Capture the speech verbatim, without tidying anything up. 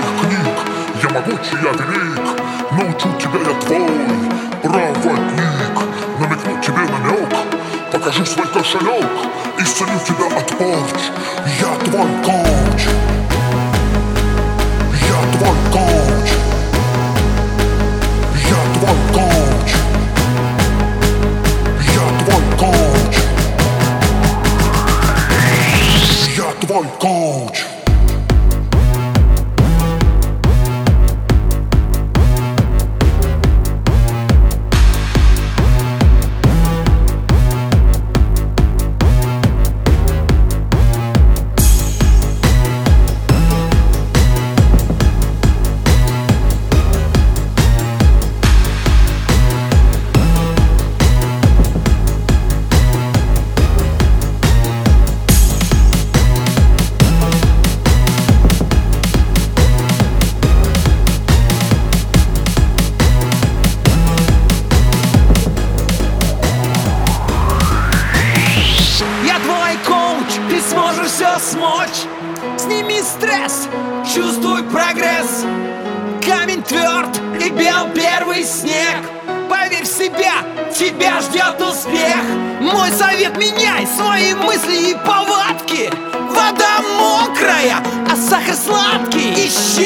моих книг. Я могучий, я велик, научу тебя я твой проводник. Намекну тебе намек, покажу свой кошелек, исцелю тебя от порч. Я твой коуч, я твой коуч, я твой коуч, я твой коуч, я твой коуч. Ты сможешь все смочь. Сними стресс, чувствуй прогресс. Камень тверд и бел первый снег. Поверь в себя, тебя ждет успех. Мой совет: меняй свои мысли и повадки. Вода мокрая, а сахар сладкий. Ищи